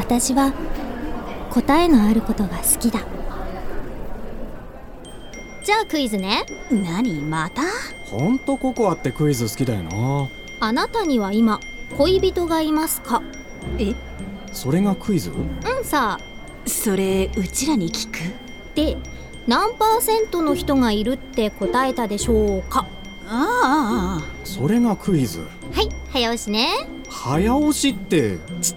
私は答えのあることが好きだ。じゃあクイズね。 何また？ ほんとココアってクイズ好きだよな。 あなたには今恋人がいますか？ え？ それがクイズ？ さあ、 それうちらに聞く？ で何%の人がいるって答えたでしょうか？ ああ、 それがクイズ。 はい、早押しね。 早押しって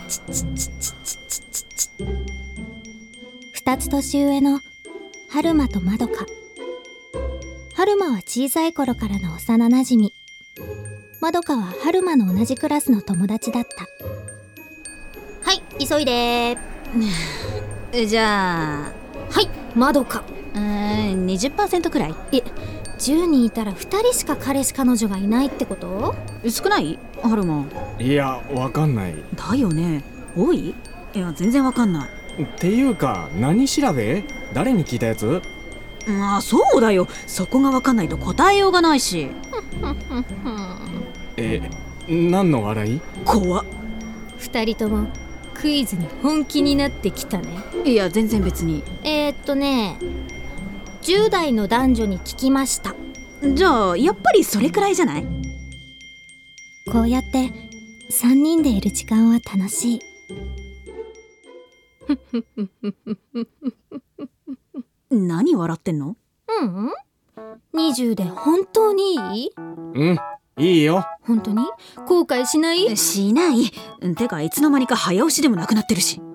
2つ年上の春馬とまどか。春馬は小さい頃からの幼なじみ、まどかは春馬の同じクラスの友達だった。はい、急いで。 じゃあはい、まどか。 20% くらい。 10人いたら2人しか彼氏彼女がいないってこと？ 少ない？ハルマン。 いや、わかんない。 だよね。多い？いや、全然わかんない。 っていうか、何調べ？誰に聞いたやつ？ まあそうだよ。そこがわかんないと答えようがないし。 何の笑い？ 怖っ。 2人ともクイズに本気になってきたね。 いや、全然別に。 10代の男女に聞きました。 じゃあやっぱりそれくらいじゃない？ こうやって3人でいる時間は楽しい。 何笑ってんの ？20で本当にいい？ いいよ。 本当に後悔しない？ しない。てかいつの間にか早押しでもなくなってるし。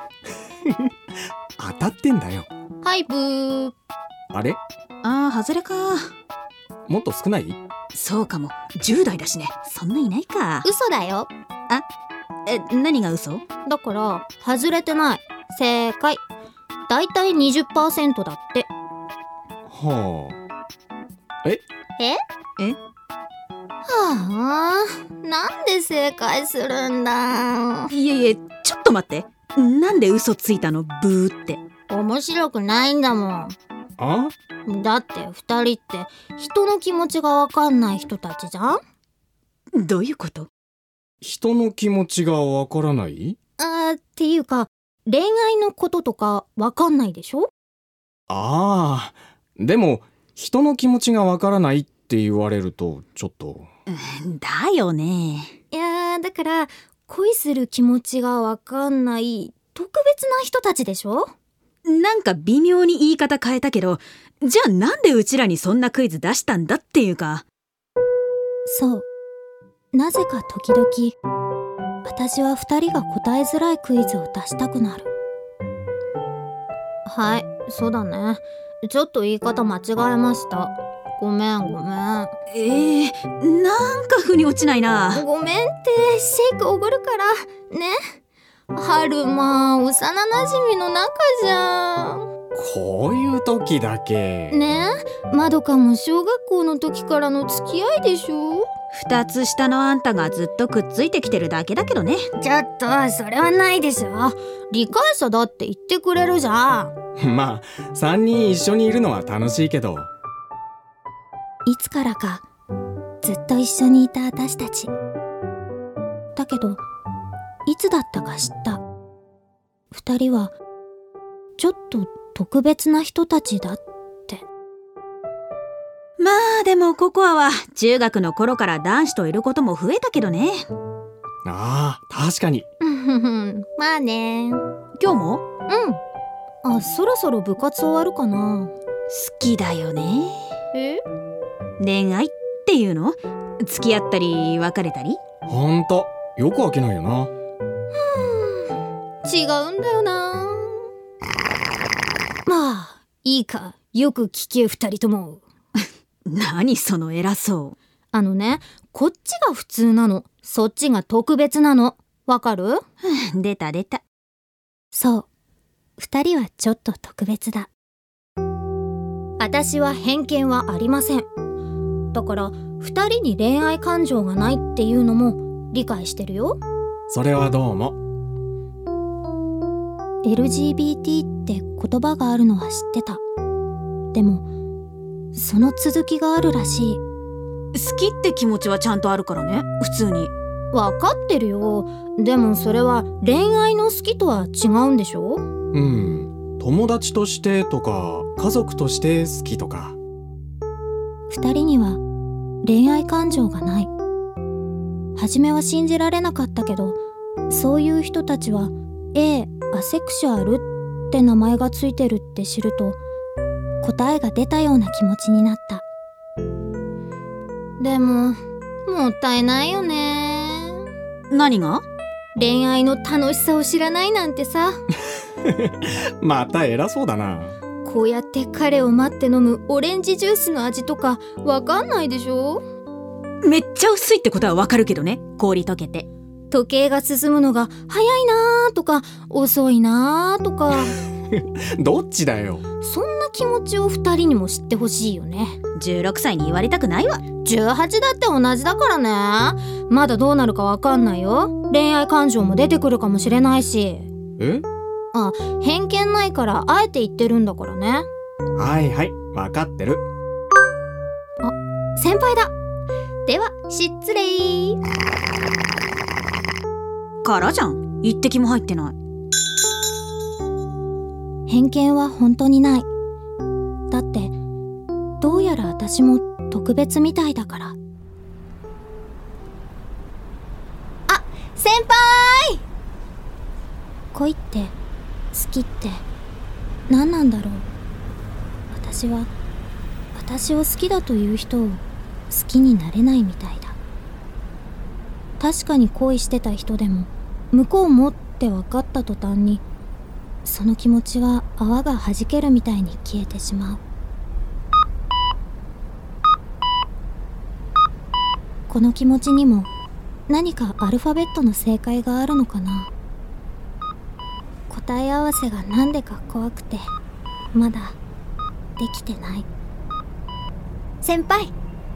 当たってんだよ。 はいブー。 あれ？ 外れか。 もっと少ない？ そうかも。10代だしね。そんないないか。 嘘だよ。 何が嘘？ だから外れてない。正解。だいたい 20% だって。 はあ。 はあ、なんで正解するんだ。 いえ、ちょっと待って。なんで嘘ついたの？ブーって。 面白くないんだもん。だって2人って人の気持ちがわかんない人たちじゃん。 どういうこと？ 人の気持ちがわからない？ っていうか恋愛のこととかわかんないでしょ？ でも人の気持ちがわからないって言われるとちょっと。 だよね。 いやだから恋する気持ちがわかんない特別な人たちでしょ？ なんか微妙に言い方変えたけど、じゃあなんでうちらにそんなクイズ出したんだっていうか。 そう、なぜか時々私は2人が答えづらいクイズを出したくなる。はい、そうだね。ちょっと言い方間違えました。ごめん。 なんか腑に落ちないな。 ごめんってシェイクおごるからね。春馬幼なじみの仲じゃん。 こういう時だけねえ、まどかも小学校の時からの付き合いでしょ。 2つ下のあんたがずっとくっついてきてるだけだけどね。 ちょっとそれはないでしょ。理解者だって言ってくれるじゃん。 まあ3人一緒にいるのは楽しいけど。 いつからかずっと一緒にいた私たちだけど、いつだったか知った。2人はちょっと特別な人たちだって。 まあでもココアは中学の頃から男子といることも増えたけどね。 確かに。 まあね。 今日も？ そろそろ部活終わるかな。 好きだよね。恋愛っていうの？付き合ったり別れたり？ ほんとよく飽きないよな。 違うんだよな。まあいいか、よく聞け2人とも。 何その偉そう。 こっちが普通なの、そっちが特別なの。わかる？ 出た。 そう、2人はちょっと特別だ。私は偏見はありません。だから2人に恋愛感情がないっていうのも理解してるよ。 それはどうも。 LGBT って言葉があるのは知ってた。でもその続きがあるらしい。 好きって気持ちはちゃんとあるからね、普通に。 わかってるよ。でもそれは恋愛の好きとは違うんでしょ？ 友達としてとか家族として好きとか。 二人には恋愛感情がない。初めは信じられなかったけど、そういう人たちはアセクシュアルって名前がついてるって知ると、答えが出たような気持ちになった。でももったいないよね。 何が？ 恋愛の楽しさを知らないなんてさ。 また偉そうだな。 こうやって彼を待って飲むオレンジジュースの味とかわかんないでしょ？ めっちゃ薄いってことはわかるけどね。氷溶けて時計が進むのが早いなーとか遅いなーとか。 どっちだよ。 そんな気持ちを二人にも知ってほしいよね。 16歳に言われたくないわ。 18だって同じだからね。まだどうなるかわかんないよ。恋愛感情も出てくるかもしれないし。偏見ないからあえて言ってるんだからね。 はいはい、わかってる。 先輩だ。では失礼。 からじゃん。一滴も入ってない。 偏見は本当にない。だってどうやら私も特別みたいだから。あ、先輩！恋って好きって何なんだろう。私は私を好きだという人を好きになれないみたいだ。確かに恋してた人でも向こうもって分かった途端に、その気持ちは泡が弾けるみたいに消えてしまう。この気持ちにも何かアルファベットの正解があるのかな。答え合わせがなんでか怖くてまだできてない。先輩、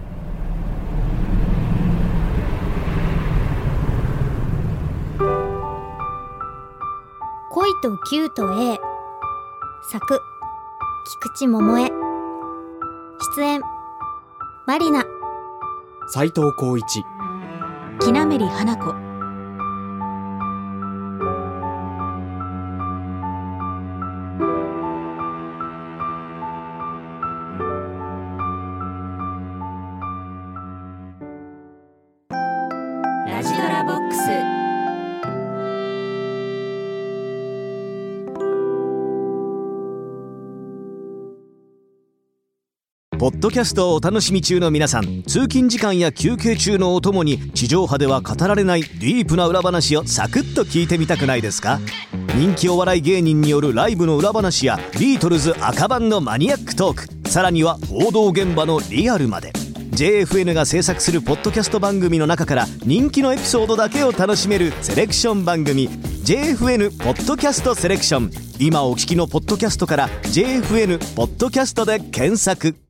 恋とQと A。 作菊池桃江。出演マリナ、 斉藤浩一、 木なめり花子。ラジドラボックス。 ポッドキャストをお楽しみ中の皆さん、通勤時間や休憩中のお供に地上波では語られないディープな裏話をサクッと聞いてみたくないですか？人気お笑い芸人によるライブの裏話やビートルズ赤版のマニアックトーク、さらには報道現場のリアルまで、 JFN が制作するポッドキャスト番組の中から人気のエピソードだけを楽しめるセレクション番組 JFN ポッドキャストセレクション。今お聞きのポッドキャストから JFN ポッドキャストで検索。